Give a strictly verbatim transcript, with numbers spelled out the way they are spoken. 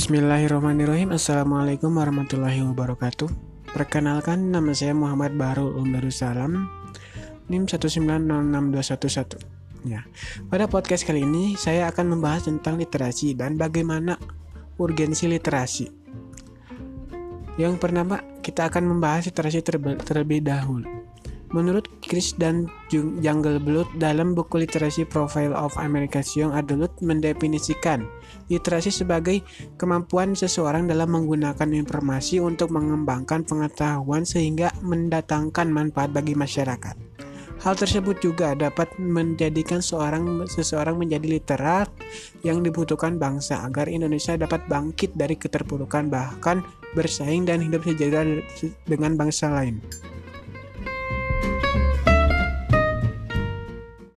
Bismillahirrahmanirrahim. Assalamualaikum warahmatullahi wabarakatuh. Perkenalkan, nama saya Muhammad Bahrul Ulum Darussalam, N I M satu sembilan nol enam dua satu satu. Ya, pada podcast kali ini saya akan membahas tentang literasi dan bagaimana urgensi literasi. Yang pertama, kita akan membahas literasi terbe- terlebih dahulu. Menurut Chris dan Jungleblood dalam buku Literasi Profile of American Young Adult mendefinisikan literasi sebagai kemampuan seseorang dalam menggunakan informasi untuk mengembangkan pengetahuan sehingga mendatangkan manfaat bagi masyarakat. Hal tersebut juga dapat menjadikan seorang seseorang menjadi literat yang dibutuhkan bangsa agar Indonesia dapat bangkit dari keterpurukan bahkan bersaing dan hidup sejajar dengan bangsa lain.